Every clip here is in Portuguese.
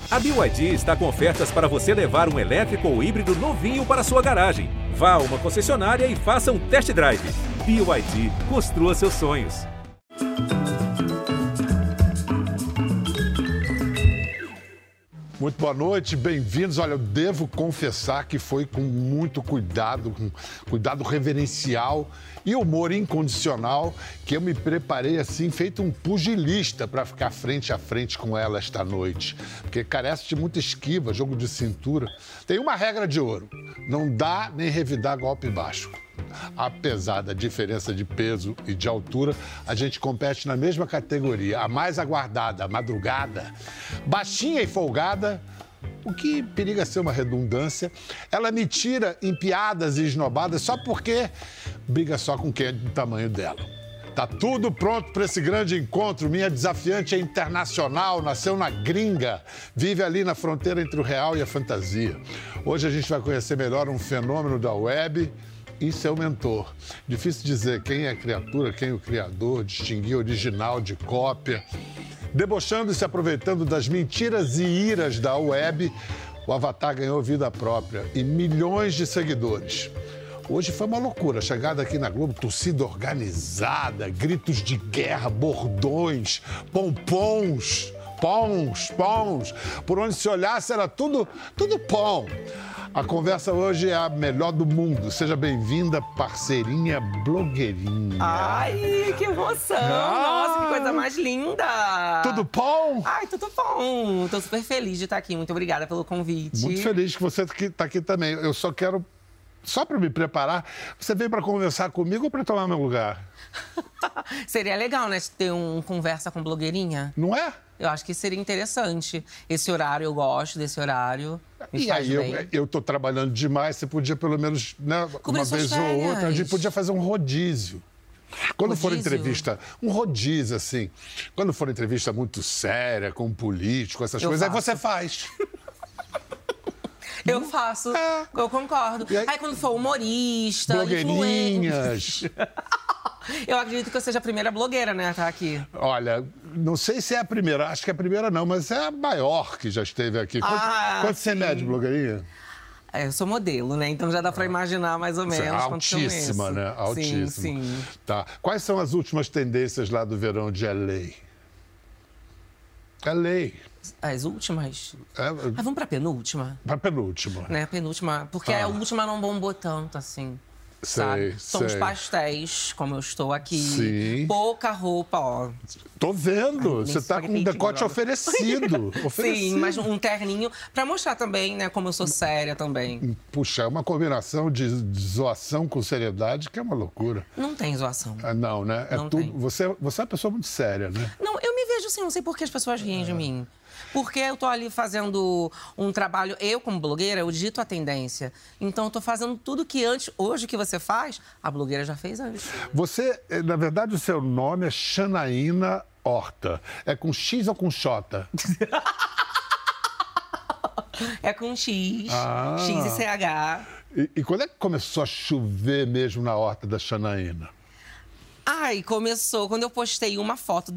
A BYD está com ofertas para você levar um elétrico ou híbrido novinho para sua garagem. Vá a uma concessionária e faça um test drive. BYD, construa seus sonhos. Muito boa noite, bem-vindos. Olha, eu devo confessar que foi com muito cuidado, com cuidado reverencial e humor incondicional que eu me preparei assim, feito um pugilista para ficar frente a frente com ela esta noite. Porque carece de muita esquiva, jogo de cintura. Tem uma regra de ouro, não dá nem revidar golpe baixo. Apesar da diferença de peso e de altura, a gente compete na mesma categoria, a mais aguardada, a madrugada. Baixinha e folgada, o que periga ser uma redundância, ela me tira em piadas e esnobadas só porque briga só com quem é do tamanho dela. Tá tudo pronto para esse grande encontro. Minha desafiante é internacional, nasceu na gringa, vive ali na fronteira entre o real e a fantasia. Hoje a gente vai conhecer melhor um fenômeno da web e seu mentor. Difícil dizer quem é a criatura, quem é o criador, distinguir original de cópia. Debochando e se aproveitando das mentiras e iras da web, o Avatar ganhou vida própria e milhões de seguidores. Hoje foi uma loucura, chegada aqui na Globo, torcida organizada, gritos de guerra, bordões, pompons, pons. Por onde se olhasse era tudo pom. A conversa hoje é a melhor do mundo. Seja bem-vinda, parceirinha blogueirinha. Ai, que emoção! Nossa, que coisa mais linda! Tudo bom? Ai, tudo bom! Tô super feliz de estar aqui. Muito obrigada pelo convite. Muito feliz que você está aqui também. Eu só quero, só para me preparar, você veio para conversar comigo ou para tomar meu lugar? Seria legal, né, ter uma conversa com blogueirinha? Não é? Eu acho que seria interessante. Esse horário, eu gosto desse horário. E aí, eu tô trabalhando demais, você podia pelo menos, né, uma vez ou outra, a gente podia fazer um rodízio. Quando for entrevista, um rodízio, assim. Quando for entrevista muito séria, com um político, essas coisas, aí você faz. Eu faço, eu concordo. Aí quando for humorista, blogueirinhas. Eu acredito que eu seja a primeira blogueira, né, tá aqui. Olha, não sei se é a primeira, acho que é a primeira não, mas é a maior que já esteve aqui. Quanto você mede, blogueirinha? Eu sou modelo, né? Então já dá pra imaginar mais ou menos quanto eu meço. Altíssima, né? Altíssima. Sim. Tá. Quais são as últimas tendências lá do verão de LA? LA. As últimas? Vamos pra penúltima? Pra penúltima. Né, penúltima. Porque a última não bombou tanto, assim. Sei. Tons pastéis, como eu estou aqui. Sim. Pouca roupa, ó. Tô vendo. Você tá com um decote oferecido. Sim, mas um terninho pra mostrar também, né, como eu sou séria também. Puxa, é uma combinação de zoação com seriedade que é uma loucura. Não tem zoação. Não, né? Não tem. Você é uma pessoa muito séria, né? Não, eu me vejo assim, não sei por que as pessoas riem de mim. Porque eu tô ali fazendo um trabalho, eu como blogueira, eu dito a tendência. Então eu tô fazendo tudo que hoje que você faz, a blogueira já fez antes. Você, na verdade, o seu nome é Janaína Horta. É com X ou com Xota? É com X, X e CH. E quando é que começou a chover mesmo na horta da Janaína? Ai, começou quando eu postei uma foto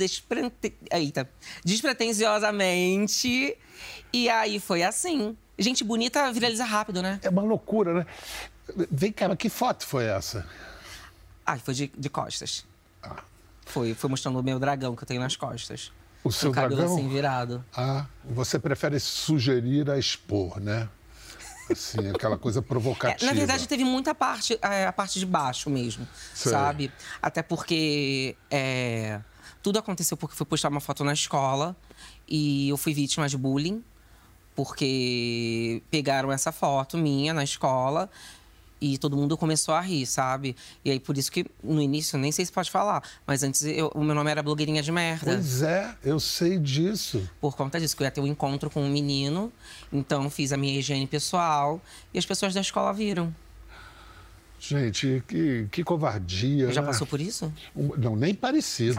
despretensiosamente. E aí foi assim. Gente bonita viraliza rápido, né? É uma loucura, né? Vem cá, mas que foto foi essa? Ai, foi de costas. Foi mostrando o meu dragão que eu tenho nas costas. O seu cabelo dragão? assim, virado. Você prefere sugerir a expor, né? Assim, aquela coisa provocativa. Na verdade, teve muita parte, a parte de baixo mesmo, sabe? Até porque tudo aconteceu porque fui postar uma foto na escola e eu fui vítima de bullying, porque pegaram essa foto minha na escola e todo mundo começou a rir, sabe? E aí, por isso que, no início, nem sei se pode falar, mas antes o meu nome era Blogueirinha de Merda. Pois é, eu sei disso. Por conta disso, que eu ia ter um encontro com um menino, então fiz a minha higiene pessoal e as pessoas da escola viram. Gente, que covardia. Você já passou por isso? Não, nem parecido.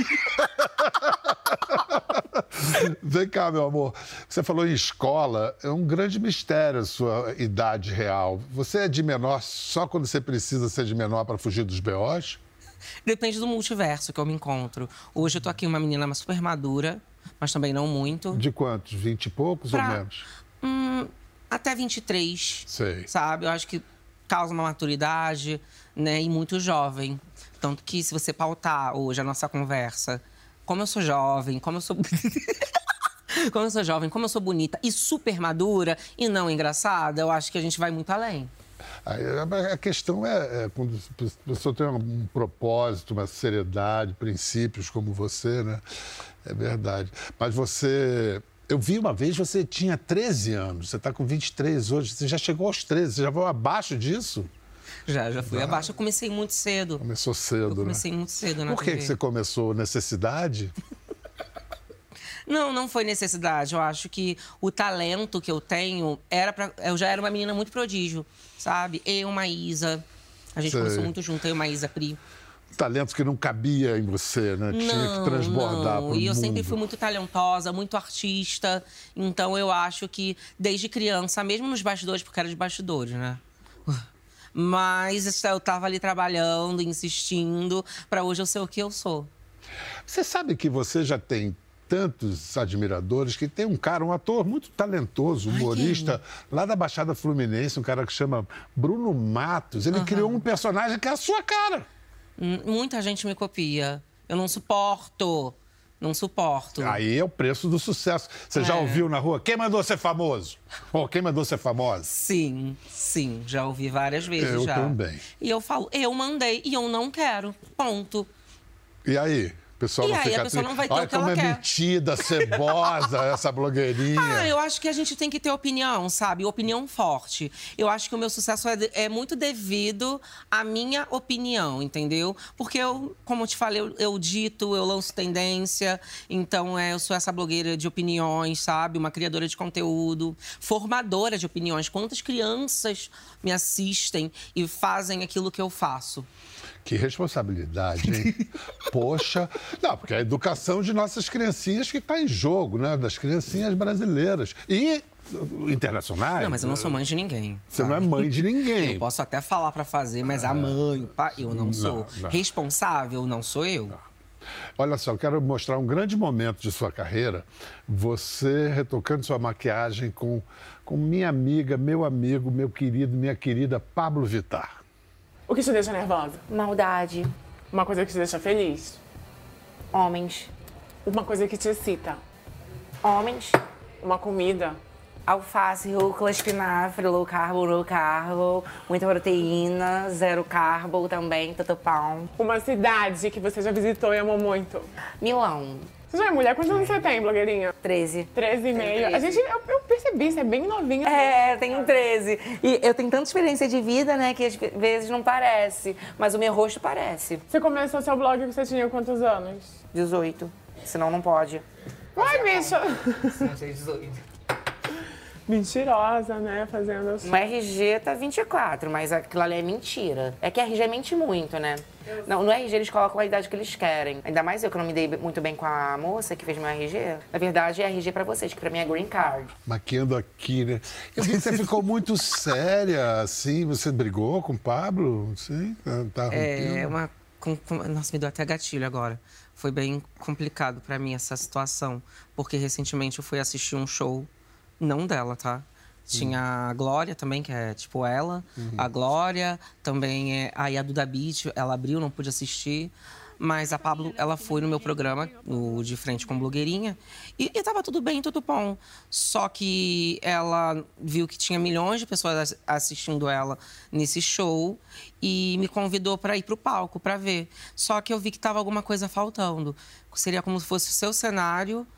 Vem cá, meu amor. Você falou em escola, é um grande mistério a sua idade real. Você é de menor só quando você precisa ser de menor para fugir dos B.O.s? Depende do multiverso que eu me encontro. Hoje eu tô aqui uma menina super madura, mas também não muito. De quantos? 20 e poucos ou menos? Até 23, Sei. sabe? Eu acho que causa uma maturidade, né? E muito jovem. Tanto que se você pautar hoje a nossa conversa, como eu sou jovem, como eu sou... como eu sou jovem, como eu sou bonita e super madura e não engraçada, eu acho que a gente vai muito além. A questão é quando a pessoa tem um propósito, uma seriedade, princípios como você, né? É verdade. Mas você... Eu vi uma vez, você tinha 13 anos, você está com 23 hoje, você já chegou aos 13, você já foi abaixo disso? Já fui abaixo. Eu comecei muito cedo. Começou cedo, né? Comecei muito cedo na Por que TV. você começou? Necessidade? Não foi necessidade. Eu acho que o talento que eu tenho eu já era uma menina muito prodígio, sabe? Eu, Maísa. A gente começou muito junto, eu, Maísa, Pri. Talento que não cabia em você, né? Tinha que transbordar pro mundo. E eu sempre fui muito talentosa, muito artista. Então, eu acho que desde criança, mesmo nos bastidores, porque era de bastidores, né? Mas eu tava ali trabalhando, insistindo, para hoje eu ser o que eu sou. Você sabe que você já tem tantos admiradores, que tem um ator muito talentoso, humorista, lá da Baixada Fluminense, um cara que chama Bruno Matos. Ele criou um personagem que é a sua cara. Muita gente me copia. Eu não suporto. Não suporto. Aí é o preço do sucesso. Você já ouviu na rua? Quem mandou ser famoso? Ou quem mandou ser famosa? Sim. Já ouvi várias vezes. Eu também. E eu falo, eu mandei e eu não quero. Ponto. E aí? A pessoa não vai ter o que ela quer. Olha como é metida, cebosa, essa blogueirinha. Eu acho que a gente tem que ter opinião, sabe? Opinião forte. Eu acho que o meu sucesso é muito devido à minha opinião, entendeu? Porque eu, como eu te falei, eu dito, eu lanço tendência. Então, eu sou essa blogueira de opiniões, sabe? Uma criadora de conteúdo, formadora de opiniões. Quantas crianças me assistem e fazem aquilo que eu faço? Que responsabilidade, hein? Poxa. Não, porque é a educação de nossas criancinhas que está em jogo, né? Das criancinhas brasileiras. E internacionais. Não, mas eu não sou mãe de ninguém. Você não é mãe de ninguém. Eu posso até falar para fazer, mas a mãe, o pai, eu não sou. Não. Responsável, não sou eu. Não. Olha só, eu quero mostrar um grande momento de sua carreira. Você retocando sua maquiagem com minha amiga, meu amigo, meu querido, minha querida Pablo Vittar. O que te deixa nervosa? Maldade. Uma coisa que te deixa feliz? Homens. Uma coisa que te excita? Homens. Uma comida? Alface, rúcula, espinafre, low carbo, muita proteína, zero carbo também, tutupão. Uma cidade que você já visitou e amou muito? Milão. Você já é mulher? Quantos anos você tem, blogueirinha? 13. 13 e meio. A gente, eu percebi, você é bem novinha. Eu tenho 13. E eu tenho tanta experiência de vida, né, que às vezes não parece. Mas o meu rosto parece. Você começou seu blog que você tinha quantos anos? 18. Senão não pode. Vai, bicha! Sim, 18. Mentirosa, né? Fazendo assim. No RG tá 24, mas aquilo ali é mentira. É que a RG mente muito, né? Não, no RG eles colocam a idade que eles querem. Ainda mais eu que não me dei muito bem com a moça que fez meu RG. Na verdade, é RG pra vocês, que pra mim é green card. Maquiando aqui, né? Eu vi que você ficou muito séria, assim. Você brigou com o Pablo? Sim, tá rompendo. Nossa, me deu até gatilho agora. Foi bem complicado pra mim essa situação. Porque recentemente eu fui assistir um show. Não dela, tá? Tinha a Glória também, que é tipo ela. A Glória, também a Duda Beat, ela abriu, não pude assistir. Mas a Pablo, ela foi no meu programa, no De Frente com Blogueirinha. E tava tudo bem, tudo bom. Só que ela viu que tinha milhões de pessoas assistindo ela nesse show. E me convidou para ir pro palco, para ver. Só que eu vi que tava alguma coisa faltando. Seria como se fosse o seu cenário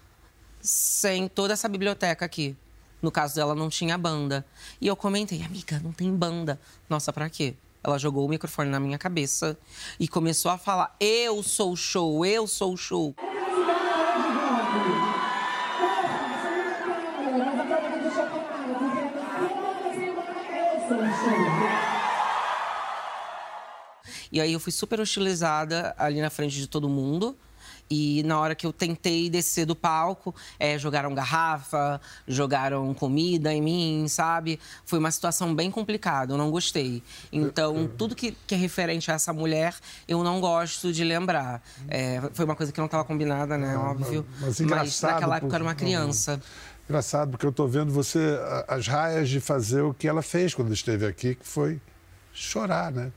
sem toda essa biblioteca aqui. No caso dela, não tinha banda. E eu comentei, amiga, não tem banda. Nossa, pra quê? Ela jogou o microfone na minha cabeça e começou a falar, eu sou o show, eu sou o show. E aí eu fui super hostilizada ali na frente de todo mundo. E na hora que eu tentei descer do palco, jogaram garrafa, jogaram comida em mim, sabe? Foi uma situação bem complicada, eu não gostei. Então, tudo que é referente a essa mulher, eu não gosto de lembrar. Foi uma coisa que não estava combinada, né? Óbvio. Mas naquela época eu era uma criança. Engraçado, porque eu estou vendo você, as raias de fazer o que ela fez quando esteve aqui, que foi chorar, né?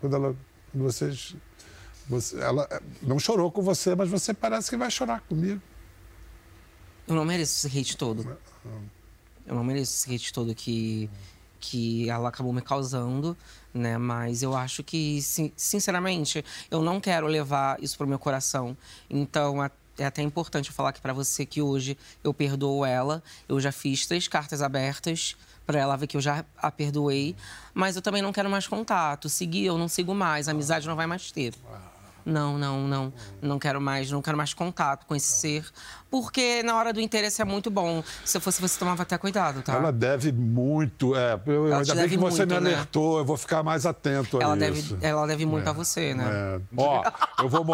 Ela não chorou com você, mas você parece que vai chorar comigo. Eu não mereço esse hate todo. Eu não mereço esse hate todo que ela acabou me causando, né? Mas eu acho que, sinceramente, eu não quero levar isso pro meu coração. Então, é até importante eu falar aqui pra você que hoje eu perdoo ela. Eu já fiz 3 cartas abertas para ela ver que eu já a perdoei. Mas eu também não quero mais contato. Seguir, eu não sigo mais. A amizade não vai mais ter. Não. Não quero mais contato com esse ser. Porque na hora do interesse é muito bom. Se eu fosse você, tomava até cuidado, tá? Ela deve muito. Ainda bem que você me alertou, eu vou ficar mais atento a isso. Ela deve muito a você, né? Ó, eu vou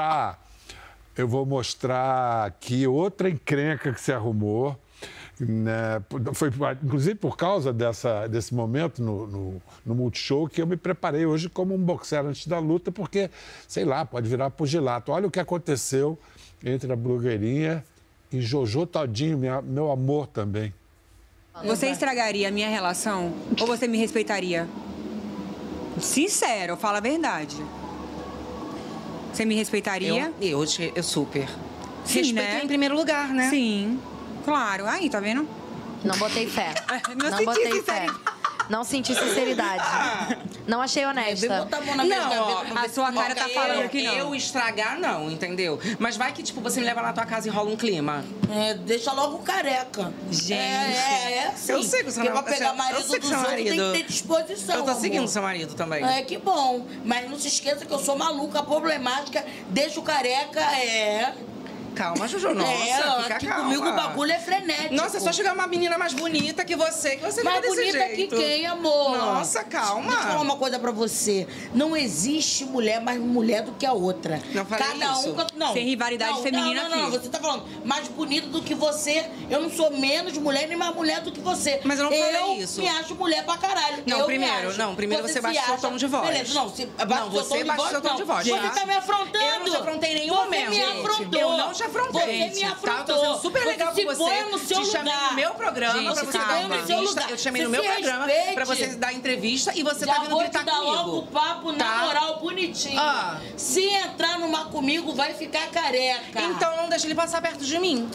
mostrar aqui outra encrenca que se arrumou. Né? Foi, inclusive, por causa desse momento no Multishow que eu me preparei hoje como um boxer antes da luta, porque, sei lá, pode virar pugilato. Olha o que aconteceu entre a blogueirinha e Jojo Todinho, meu amor também. Você estragaria a minha relação ou você me respeitaria? Sincero, fala a verdade. Você me respeitaria? Eu super. Sim, Respeito né? em primeiro lugar, né? Sim, claro. Aí, tá vendo? Não botei fé. Não botei fé. Não senti sinceridade. Não achei honesta. Botar a mão na minha gaveta, a sua cara tá falando que não. Eu estragar, não, entendeu? Mas vai que, tipo, você me leva na tua casa e rola um clima. Deixa logo careca. Gente. Sim. Eu sei que você não Porque pra pegar marido dos outros tem que ter disposição, Eu tô amor. seguindo seu marido também. Que bom. Mas não se esqueça que eu sou maluca, problemática, deixa o careca, Calma, Jojo, nossa, fica aqui calma. comigo o bagulho é frenético. Nossa, é só chegar uma menina mais bonita que você mais fica desse bonita jeito. que quem, amor? Nossa, calma. Deixa eu falar uma coisa pra você. Não existe mulher mais mulher do que a outra. Não falei isso. Não. Sem rivalidade feminina não, aqui. Você tá falando mais bonita do que você. Eu não sou menos mulher nem mais mulher do que você. Mas eu não falei isso. Eu me acho mulher pra caralho. Não, primeiro você baixa o seu tom de voz. Beleza, não. Você baixa o seu tom de voz, Você tá? tá me afrontando. Eu não te afrontei em nenhum momento. Você me afrontou. Eu não te afrontei. Você me afrontou. Tá? Eu tô sendo super legal com você. Põe no seu te chamei lugar. no meu programa Gente, pra você calma. dar entrevista. Eu te chamei no meu programa pra você dar entrevista e você tá vindo gritar comigo. Já vou te dar logo o papo na moral bonitinho. Se entrar numa comigo, vai ficar careca. Então não deixa ele passar perto de mim.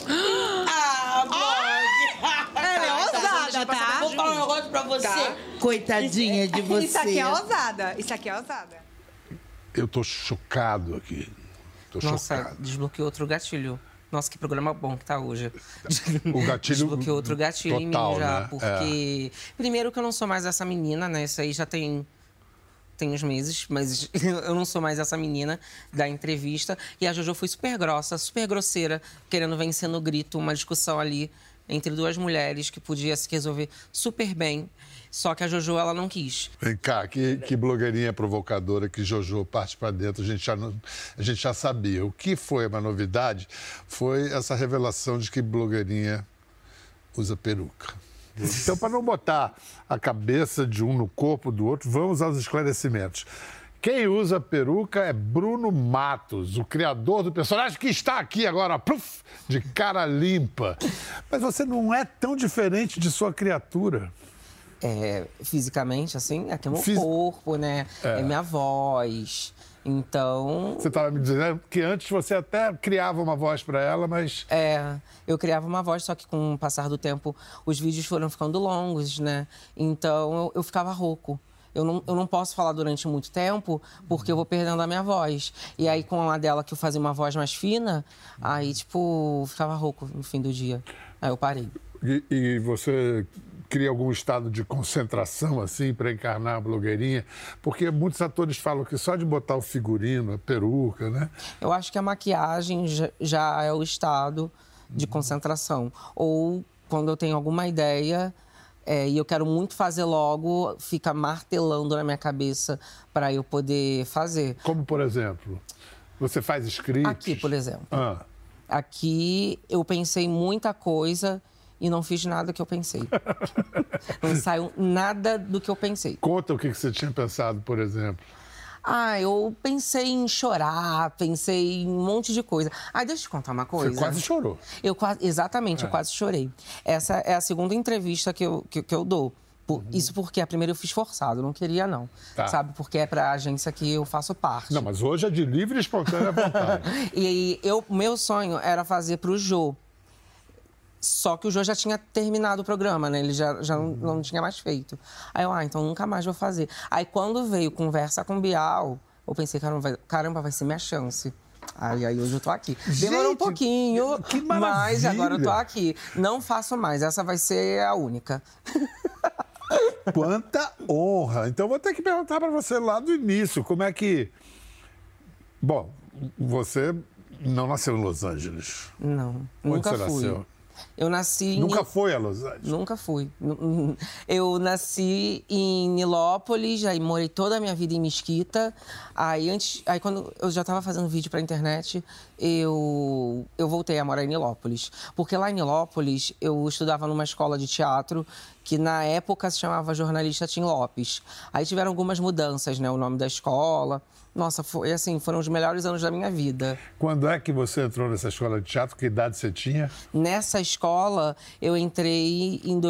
Ela é ousada, tá? Vou falar um negócio pra você. Tá. Coitadinha de você. Isso aqui é ousada. Isso aqui é ousada. Eu tô chocado aqui. Nossa, chocado. desbloqueou outro gatilho. Nossa, que programa bom que tá hoje. O gatilho Desbloqueou outro gatilho total, em mim já, né? porque... Primeiro que eu não sou mais essa menina, né? Isso aí já tem uns meses, mas eu não sou mais essa menina da entrevista. E a Jojo foi super grossa, super grosseira, querendo vencer no grito, uma discussão ali entre 2 mulheres que podia se resolver super bem. Só que a Jojo, ela não quis. Vem cá, que blogueirinha provocadora que Jojo parte pra dentro, a gente já sabia. O que foi uma novidade foi essa revelação de que blogueirinha usa peruca. Então, para não botar a cabeça de um no corpo do outro, vamos aos esclarecimentos. Quem usa peruca é Bruno Matos, o criador do personagem que está aqui agora, pluf, de cara limpa. Mas você não é tão diferente de sua criatura. Fisicamente, assim, aqui é meu corpo, né? É minha voz. Então... Você estava me dizendo que antes você até criava uma voz para ela, mas... Eu criava uma voz, só que com o passar do tempo os vídeos foram ficando longos, né? Então eu ficava rouco. Eu não posso falar durante muito tempo, porque eu vou perdendo a minha voz. E aí, com a dela, que eu fazia uma voz mais fina, aí, tipo, ficava rouco no fim do dia. Aí eu parei. E você cria algum estado de concentração, assim, para encarnar a blogueirinha? Porque muitos atores falam que só de botar o figurino, a peruca, né? Eu acho que a maquiagem já é o estado de concentração. Ou quando eu tenho alguma ideia e eu quero muito fazer logo, fica martelando na minha cabeça para eu poder fazer. Como, por exemplo? Você faz script? Aqui, por exemplo. Aqui eu pensei muita coisa e não fiz nada que eu pensei. Não saiu nada do que eu pensei. Conta o que você tinha pensado, por exemplo. Eu pensei em chorar, pensei em um monte de coisa. Deixa eu te contar uma coisa. Você quase chorou. Exatamente, eu quase chorei. Essa é a segunda entrevista que eu dou. Isso porque a primeira eu fiz forçado, não queria não, sabe? Porque é pra agência que eu faço parte. Não, mas hoje é de livre e espontânea vontade. Meu sonho era fazer pro Jô. Só que o Jô já tinha terminado o programa, né? Ele já não tinha mais feito. Aí eu, então nunca mais vou fazer. Aí quando veio Conversa com Bial, eu pensei, caramba, vai ser minha chance. Aí hoje eu tô aqui. Demorou um pouquinho, mas agora eu tô aqui. Não faço mais, essa vai ser a única. Quanta honra! Então, vou ter que perguntar para você lá do início, como é que... Bom, você não nasceu em Los Angeles. Não, Onde nunca você fui. Nasceu? Eu nasci... Nunca foi a Los Angeles? Nunca fui. Eu nasci em Nilópolis, aí morei toda a minha vida em Mesquita. Aí quando eu já estava fazendo vídeo para a internet, eu voltei a morar em Nilópolis. Porque lá em Nilópolis eu estudava numa escola de teatro que na época se chamava Jornalista Tim Lopes. Aí tiveram algumas mudanças, né? O nome da escola. Nossa, foi assim, foram os melhores anos da minha vida. Quando é que você entrou nessa escola de teatro? Que idade você tinha? Nessa escola, eu entrei em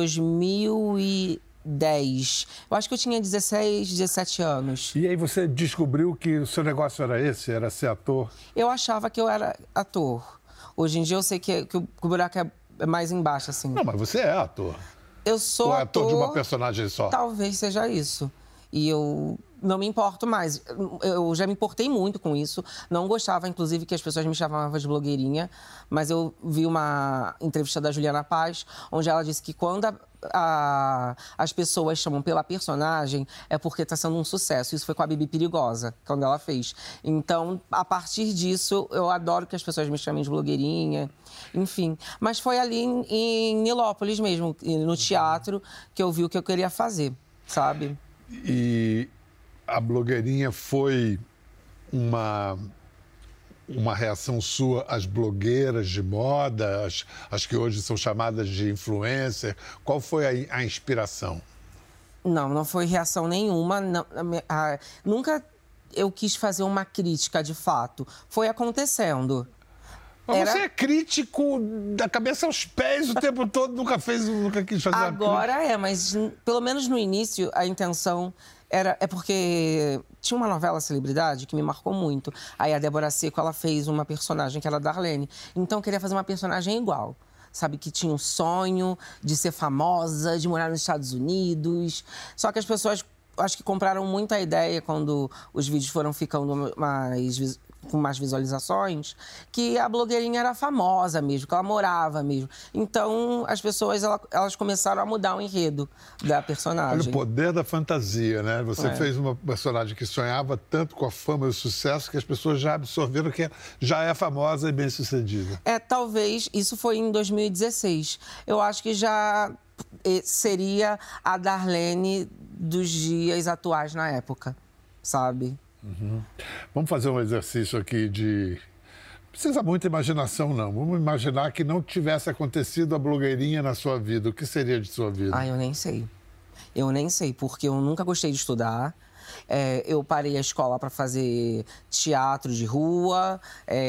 2010. Eu acho que eu tinha 16, 17 anos. E aí você descobriu que o seu negócio era esse? Era ser ator? Eu achava que eu era ator. Hoje em dia eu sei que o buraco é mais embaixo, assim. Não, mas você é ator. Eu sou Ou é ator de uma personagem só? Talvez seja isso. E eu não me importo mais. Eu já me importei muito com isso. Não gostava, inclusive, que as pessoas me chamavam de blogueirinha. Mas eu vi uma entrevista da Juliana Paz, onde ela disse que quando as pessoas chamam pela personagem, é porque está sendo um sucesso. Isso foi com a Bibi Perigosa, quando ela fez. Então, a partir disso, eu adoro que as pessoas me chamem de blogueirinha. Enfim. Mas foi ali em Nilópolis mesmo, no teatro, que eu vi o que eu queria fazer, sabe? E a blogueirinha foi uma reação sua às blogueiras de moda, as que hoje são chamadas de influencer? Qual foi a inspiração? Não foi reação nenhuma. Nunca eu quis fazer uma crítica, de fato. Foi acontecendo. Mas você é crítico da cabeça aos pés o tempo todo, nunca quis fazer Agora mas pelo menos no início a intenção é porque tinha uma novela Celebridade que me marcou muito. Aí a Débora Seco, ela fez uma personagem que era a Darlene. Então eu queria fazer uma personagem igual. Sabe, que tinha um sonho de ser famosa, de morar nos Estados Unidos. Só que as pessoas, acho que compraram muito a ideia quando os vídeos foram ficando com mais visualizações, que a blogueirinha era famosa mesmo, que ela morava mesmo. Então, as pessoas, elas começaram a mudar o enredo da personagem. Olha o poder da fantasia, né? Você fez uma personagem que sonhava tanto com a fama e o sucesso que as pessoas já absorveram que já é famosa e bem-sucedida. Talvez, isso foi em 2016. Eu acho que já seria a Darlene dos dias atuais na época, sabe? Uhum. Vamos fazer um exercício aqui de... Não precisa muita imaginação, não. Vamos imaginar que não tivesse acontecido a blogueirinha na sua vida. O que seria de sua vida? Eu nem sei. Eu nem sei, porque eu nunca gostei de estudar. Eu parei a escola para fazer teatro de rua.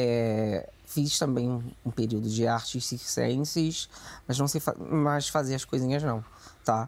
Fiz também um período de artes circenses, mas não sei mais fazer as coisinhas, não. Tá?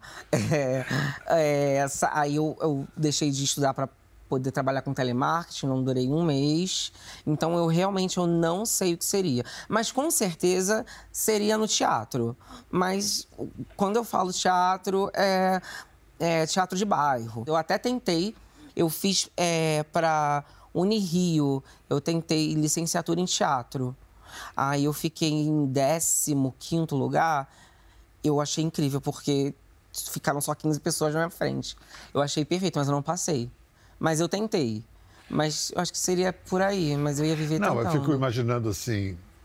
Aí eu deixei de estudar para poder trabalhar com telemarketing, não durei um mês. Então, eu realmente não sei o que seria. Mas, com certeza, seria no teatro. Mas, quando eu falo teatro, é teatro de bairro. Eu até tentei, eu fiz para Unirio, eu tentei licenciatura em teatro. Aí, eu fiquei em 15º lugar. Eu achei incrível, porque ficaram só 15 pessoas na minha frente. Eu achei perfeito, mas eu não passei. Mas eu tentei. Mas eu acho que seria por aí, mas eu ia viver tentando. Não, eu fico imaginando assim,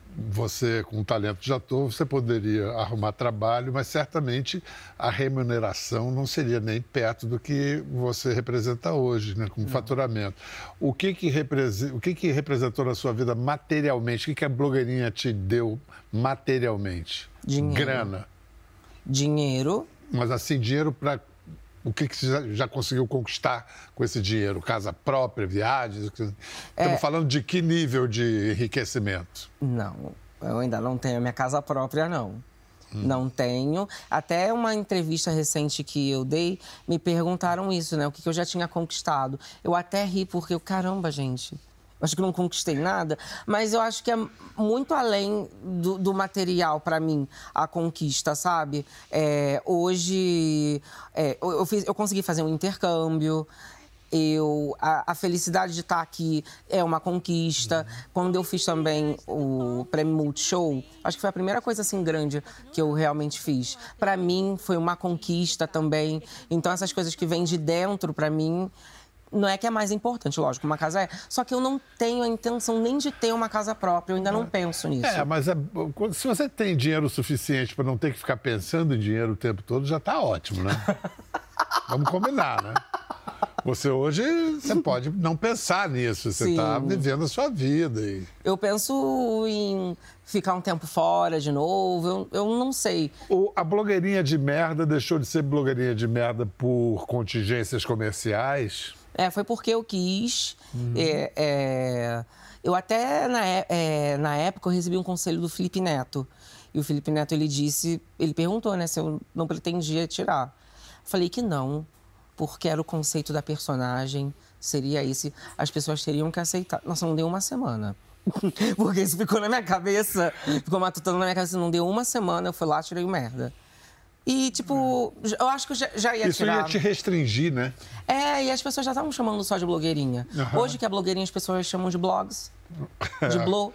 você, com um talento de ator, você poderia arrumar trabalho, mas certamente a remuneração não seria nem perto do que você representa hoje, né, como faturamento. O que representou na sua vida materialmente? O que a blogueirinha te deu materialmente? Dinheiro. Grana. Dinheiro. Mas assim, dinheiro para... O que você já conseguiu conquistar com esse dinheiro? Casa própria, viagens? Estamos falando de que nível de enriquecimento? Não, eu ainda não tenho a minha casa própria, não. Não tenho. Até uma entrevista recente que eu dei, me perguntaram isso, né? O que eu já tinha conquistado. Eu até ri, porque caramba, gente... Acho que não conquistei nada, mas eu acho que é muito além do material para mim, a conquista, sabe? Hoje, eu consegui fazer um intercâmbio, a felicidade de estar aqui é uma conquista. Quando eu fiz também o Prêmio Multishow, acho que foi a primeira coisa assim grande que eu realmente fiz. Para mim, foi uma conquista também. Então, essas coisas que vêm de dentro, para mim... Não é que é mais importante, lógico, uma casa é. Só que eu não tenho a intenção nem de ter uma casa própria, eu ainda não penso nisso. Mas se você tem dinheiro suficiente para não ter que ficar pensando em dinheiro o tempo todo, já está ótimo, né? Vamos combinar, né? Você hoje, você pode não pensar nisso, você está vivendo a sua vida. Eu penso em ficar um tempo fora de novo, eu não sei. A blogueirinha de merda deixou de ser blogueirinha de merda por contingências comerciais? Foi porque eu quis. Eu até, na época, eu recebi um conselho do Felipe Neto. E o Felipe Neto, ele perguntou, né, se eu não pretendia tirar. Falei que não, porque era o conceito da personagem, seria esse. As pessoas teriam que aceitar. Nossa, não deu uma semana. Porque isso ficou na minha cabeça, ficou matutando na minha cabeça. Não deu uma semana, eu fui lá, tirei merda. E, tipo, eu acho que eu já ia Isso tirar. Isso ia te restringir, né? E as pessoas já estavam chamando só de blogueirinha. Hoje que é blogueirinha, as pessoas chamam de blogs, de blow.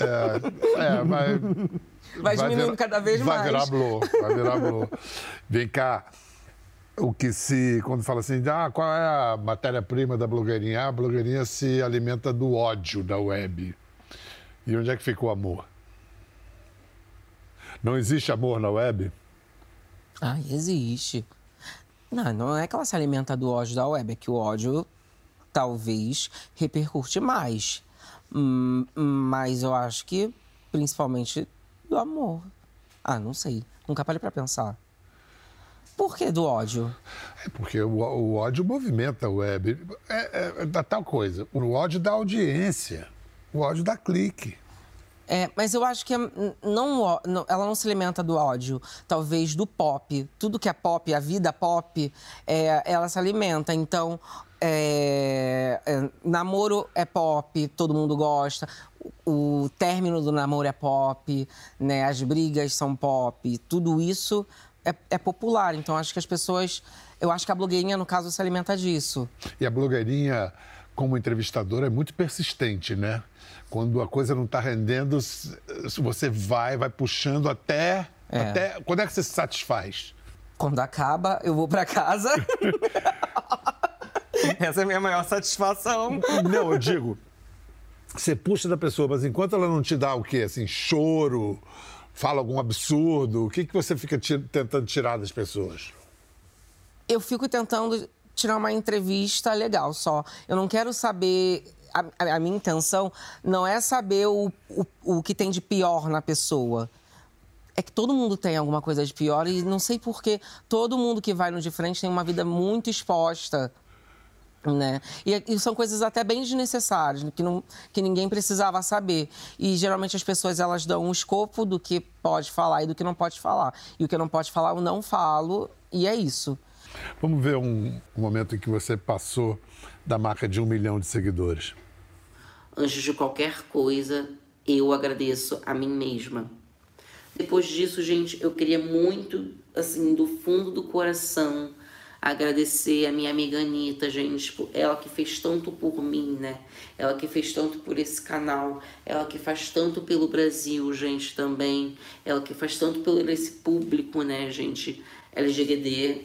Vai diminuindo cada vez mais. Vai virar blow. Vem cá, quando fala assim, qual é a matéria-prima da blogueirinha? A blogueirinha se alimenta do ódio da web. E onde é que fica o amor? Não existe amor na web? Existe. Não é que ela se alimenta do ódio da web, é que o ódio talvez repercute mais. Mas eu acho que, principalmente, do amor. Não sei. Nunca parei pra pensar. Por que do ódio? Porque o ódio movimenta a web. Da tal coisa. O ódio dá audiência. O ódio dá clique. Mas eu acho que ela não se alimenta do ódio, talvez do pop. Tudo que é pop, a vida pop, ela se alimenta. Então, namoro é pop, todo mundo gosta. O término do namoro é pop, né? As brigas são pop. Tudo isso é popular. Então, acho que as pessoas... Eu acho que a blogueirinha, no caso, se alimenta disso. E a blogueirinha, como entrevistadora, é muito persistente, né? Quando a coisa não está rendendo, você vai puxando até... Quando é que você se satisfaz? Quando acaba, eu vou para casa. Essa é a minha maior satisfação. Não, eu digo, você puxa da pessoa, mas enquanto ela não te dá o quê? Assim, choro, fala algum absurdo, o que você fica tentando tirar das pessoas? Eu fico tentando tirar uma entrevista legal só. Eu não quero saber... A minha intenção não é saber o que tem de pior na pessoa. É que todo mundo tem alguma coisa de pior e não sei por que todo mundo que vai no de frente tem uma vida muito exposta, né? E são coisas até bem desnecessárias, que ninguém precisava saber. E geralmente as pessoas elas dão um escopo do que pode falar e do que não pode falar. E o que não pode falar eu não falo e é isso. Vamos ver um momento em que você passou da marca de 1 milhão de seguidores. Antes de qualquer coisa, eu agradeço a mim mesma. Depois disso, gente, eu queria muito, assim, do fundo do coração, agradecer a minha amiga Anitta, gente. Ela que fez tanto por mim, né? Ela que fez tanto por esse canal. Ela que faz tanto pelo Brasil, gente, também. Ela que faz tanto pelo esse público, né, gente? LGBT.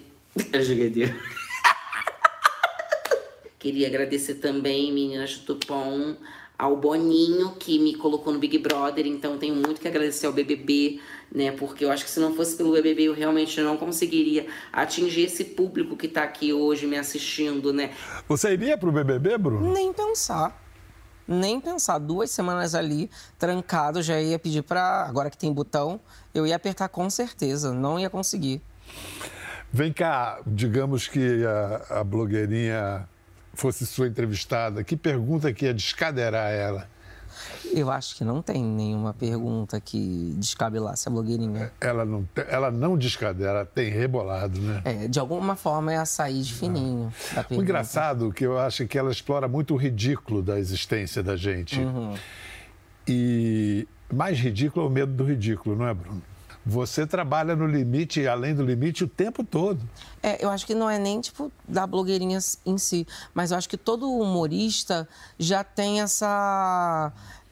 Queria agradecer também, meninas do Tupom, ao Boninho, que me colocou no Big Brother, então eu tenho muito que agradecer ao BBB, né? Porque eu acho que se não fosse pelo BBB, eu realmente não conseguiria atingir esse público que tá aqui hoje me assistindo, né? Você iria pro BBB, Bruno? Nem pensar. Nem pensar. 2 semanas ali, trancado, já ia pedir pra... Agora que tem botão, eu ia apertar com certeza. Não ia conseguir. Vem cá, digamos que a blogueirinha fosse sua entrevistada. Que pergunta que ia descadeirar ela? Eu acho que não tem nenhuma pergunta que descabelasse a blogueirinha. Ela não descadeira, ela tem rebolado, né? De alguma forma é açaí de fininho. Da pergunta. O engraçado que eu acho que ela explora muito o ridículo da existência da gente. E mais ridículo é o medo do ridículo, não é, Bruno? Você trabalha no limite e além do limite o tempo todo. Eu acho que não é nem, tipo, da blogueirinha em si, mas eu acho que todo humorista já tem essa...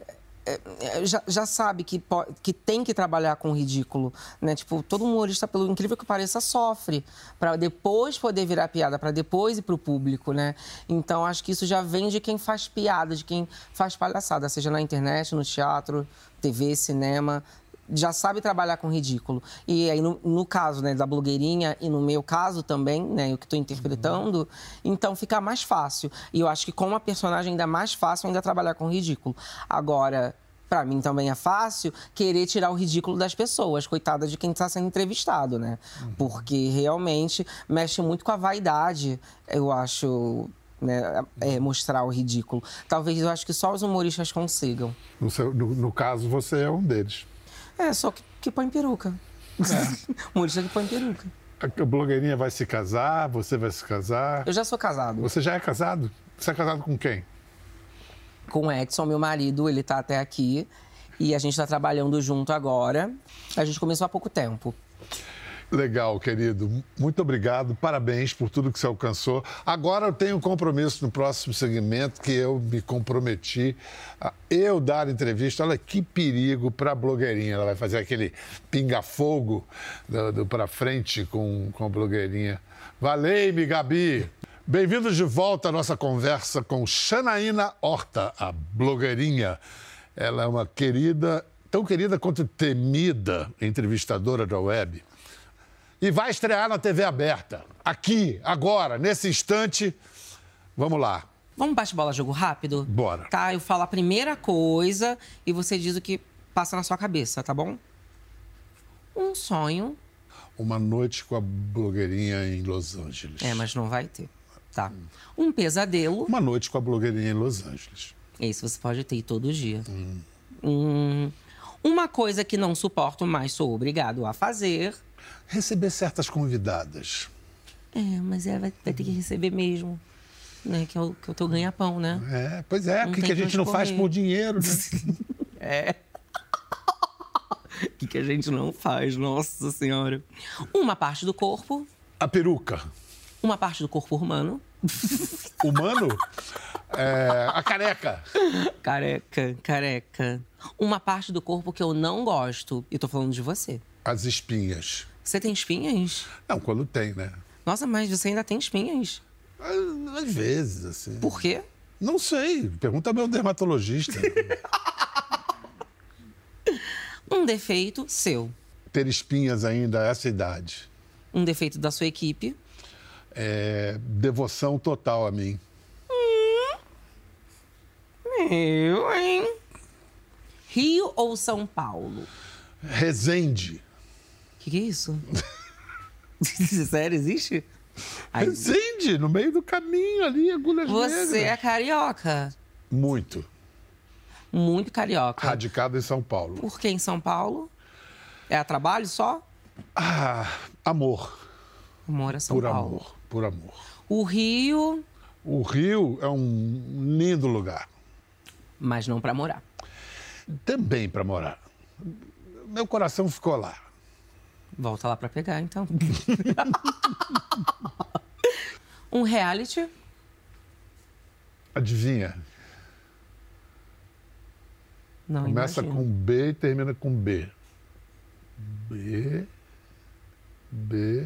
Já sabe que tem que trabalhar com o ridículo, né? Tipo, todo humorista, pelo incrível que pareça, sofre para depois poder virar piada, para depois ir pro público, né? Então, acho que isso já vem de quem faz piada, de quem faz palhaçada, seja na internet, no teatro, TV, cinema... já sabe trabalhar com ridículo. E aí, no caso, né, da blogueirinha e no meu caso também, né, o que estou interpretando, então fica mais fácil. E eu acho que com uma personagem ainda mais fácil ainda trabalhar com ridículo. Agora, para mim também é fácil querer tirar o ridículo das pessoas, coitada de quem está sendo entrevistado, né? Porque realmente mexe muito com a vaidade, eu acho... né, mostrar o ridículo. Talvez eu acho que só os humoristas consigam. No caso, você é um deles. Só que põe peruca. Humorista que põe peruca. A blogueirinha vai se casar, você vai se casar. Eu já sou casado. Você já é casado? Você é casado com quem? Com o Edson, meu marido, ele tá até aqui. E a gente tá trabalhando junto agora. A gente começou há pouco tempo. Legal, querido. Muito obrigado. Parabéns por tudo que você alcançou. Agora eu tenho um compromisso no próximo segmento que eu me comprometi a eu dar entrevista. Olha que perigo para a blogueirinha. Ela vai fazer aquele pinga-fogo para frente com a blogueirinha. Valeu-me, Gabi. Bem-vindos de volta à nossa conversa com Janaína Horta, a blogueirinha. Ela é uma querida, tão querida quanto temida entrevistadora da web. E vai estrear na TV aberta. Aqui, agora, nesse instante. Vamos lá. Vamos bate-bola, jogo rápido? Bora. Tá, eu falo a primeira coisa e você diz o que passa na sua cabeça, tá bom? Um sonho. Uma noite com a blogueirinha em Los Angeles. Mas não vai ter. Tá. Um pesadelo. Uma noite com a blogueirinha em Los Angeles. Esse você pode ter todo dia. Uma coisa que não suporto, mas sou obrigado a fazer... Receber certas convidadas. Mas ela vai ter que receber mesmo, né? Que é o teu ganha-pão, né? Pois é. O que a gente não faz por dinheiro, né? O que a gente não faz, nossa senhora. Uma parte do corpo. A peruca. Uma parte do corpo humano. Humano? A careca. Careca. Uma parte do corpo que eu não gosto. E tô falando de você. As espinhas. Você tem espinhas? Não, quando tem, né? Nossa, mas você ainda tem espinhas? Às vezes, assim. Por quê? Não sei. Pergunta ao meu dermatologista. Um defeito seu. Ter espinhas ainda a essa idade. Um defeito da sua equipe. Devoção total a mim. Eu, hein? Rio ou São Paulo? Resende. O que é isso? Sério, existe? Resende, no meio do caminho ali, Agulhas Negras. Você é carioca? Muito. Muito carioca. Radicado em São Paulo. Por que em São Paulo? É a trabalho só? Amor. Amor a São Paulo. Por amor. O Rio... O Rio é um lindo lugar. Mas não para morar. Também para morar. Meu coração ficou lá. Volta lá para pegar, então. Um reality? Adivinha? Não, começa imagino. com B e termina com B. B.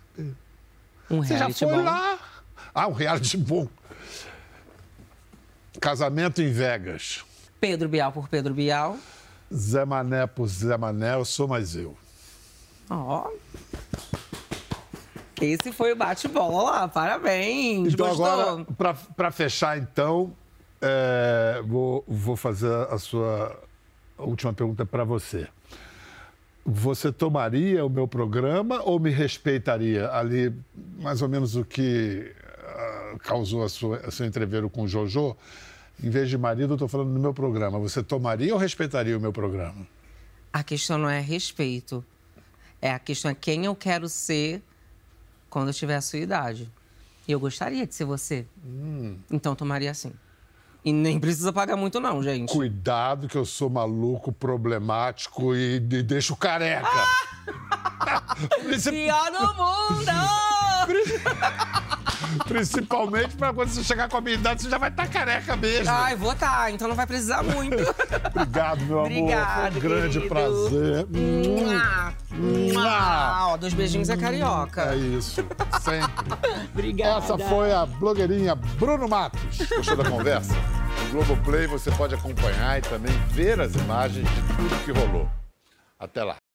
Um Você já reality foi bom. lá? Um reality bom. Casamento em Vegas. Pedro Bial por Pedro Bial. Zé Mané por Zé Mané, eu sou mais eu. Ó. Esse foi o bate-bola, parabéns. Então gostou? agora, para fechar então, vou fazer a sua última pergunta para você. Você tomaria o meu programa ou me respeitaria? Ali, mais ou menos o que causou a seu entreveiro com o Jojo. Em vez de marido, eu estou falando no meu programa. Você tomaria ou respeitaria o meu programa? A questão não é respeito. A questão é quem eu quero ser quando eu tiver a sua idade. E eu gostaria de ser você. Então, tomaria sim. E nem precisa pagar muito não, gente. Cuidado que eu sou maluco, problemático e deixo careca. Pior no mundo! Principalmente para quando você chegar com a minha idade, você já vai estar careca mesmo. Ai, vou estar, então não vai precisar muito. Obrigado, meu amor. Obrigado, foi um grande querido. prazer. Ó, 2 beijinhos é carioca. É isso, sempre. Obrigada. Essa foi a blogueirinha Bruno Matos. Gostou da conversa? No Globoplay você pode acompanhar e também ver as imagens de tudo que rolou. Até lá.